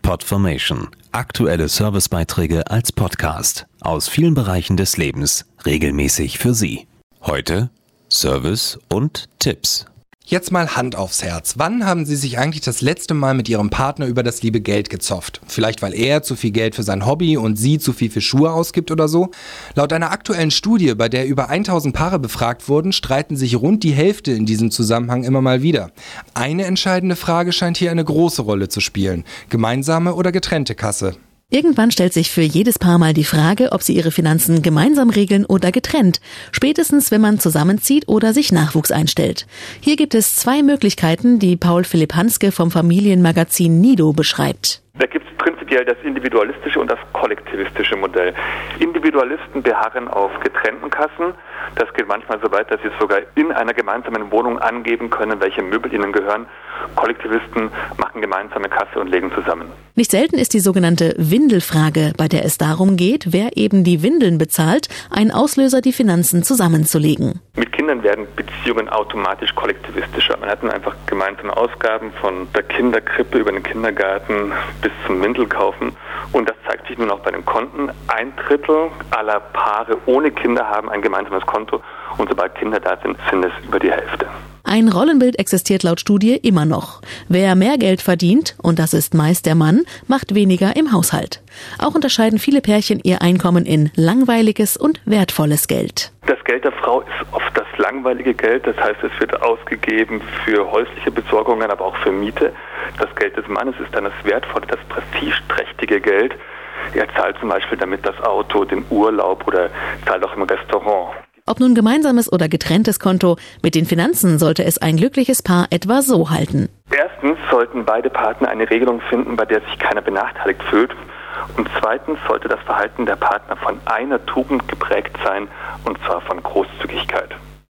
Podformation. Aktuelle Servicebeiträge als Podcast aus vielen Bereichen des Lebens, regelmäßig für Sie. Heute Service und Tipps. Jetzt mal Hand aufs Herz. Wann haben Sie sich eigentlich das letzte Mal mit Ihrem Partner über das liebe Geld gezofft? Vielleicht weil er zu viel Geld für sein Hobby und sie zu viel für Schuhe ausgibt oder so? Laut einer aktuellen Studie, bei der über 1000 Paare befragt wurden, streiten sich rund die Hälfte in diesem Zusammenhang immer mal wieder. Eine entscheidende Frage scheint hier eine große Rolle zu spielen. Gemeinsame oder getrennte Kasse? Irgendwann stellt sich für jedes Paar mal die Frage, ob sie ihre Finanzen gemeinsam regeln oder getrennt. Spätestens, wenn man zusammenzieht oder sich Nachwuchs einstellt. Hier gibt es 2 Möglichkeiten, die Paul Philipp Hanske vom Familienmagazin Nido beschreibt. Da gibt es prinzipiell das individualistische und das kollektivistische Modell. Individualisten beharren auf getrennten Kassen. Das geht manchmal so weit, dass sie sogar in einer gemeinsamen Wohnung angeben können, welche Möbel ihnen gehören. Kollektivisten machen gemeinsame Kasse und legen zusammen. Nicht selten ist die sogenannte Windelfrage, bei der es darum geht, wer eben die Windeln bezahlt, ein Auslöser, die Finanzen zusammenzulegen. Mit Kindern werden Beziehungen automatisch kollektivistischer. Man hat dann einfach gemeinsame Ausgaben von der Kinderkrippe über den Kindergarten bis zum Windelkaufen. Und das zeigt sich nun auch bei den Konten. 1/3 aller Paare ohne Kinder haben ein gemeinsames Konto. Und sobald Kinder da sind, sind es über die Hälfte. Ein Rollenbild existiert laut Studie immer noch. Wer mehr Geld verdient, und das ist meist der Mann, macht weniger im Haushalt. Auch unterscheiden viele Pärchen ihr Einkommen in langweiliges und wertvolles Geld. Das Geld der Frau ist oft das langweilige Geld, das heißt, es wird ausgegeben für häusliche Besorgungen, aber auch für Miete. Das Geld des Mannes ist dann das wertvolle, das prestigeträchtige Geld. Er zahlt zum Beispiel damit das Auto, den Urlaub oder zahlt auch im Restaurant. Ob nun gemeinsames oder getrenntes Konto, mit den Finanzen sollte es ein glückliches Paar etwa so halten. Erstens sollten beide Partner eine Regelung finden, bei der sich keiner benachteiligt fühlt. Und zweitens sollte das Verhalten der Partner von einer Tugend geprägt sein, und zwar von Großzügigkeit.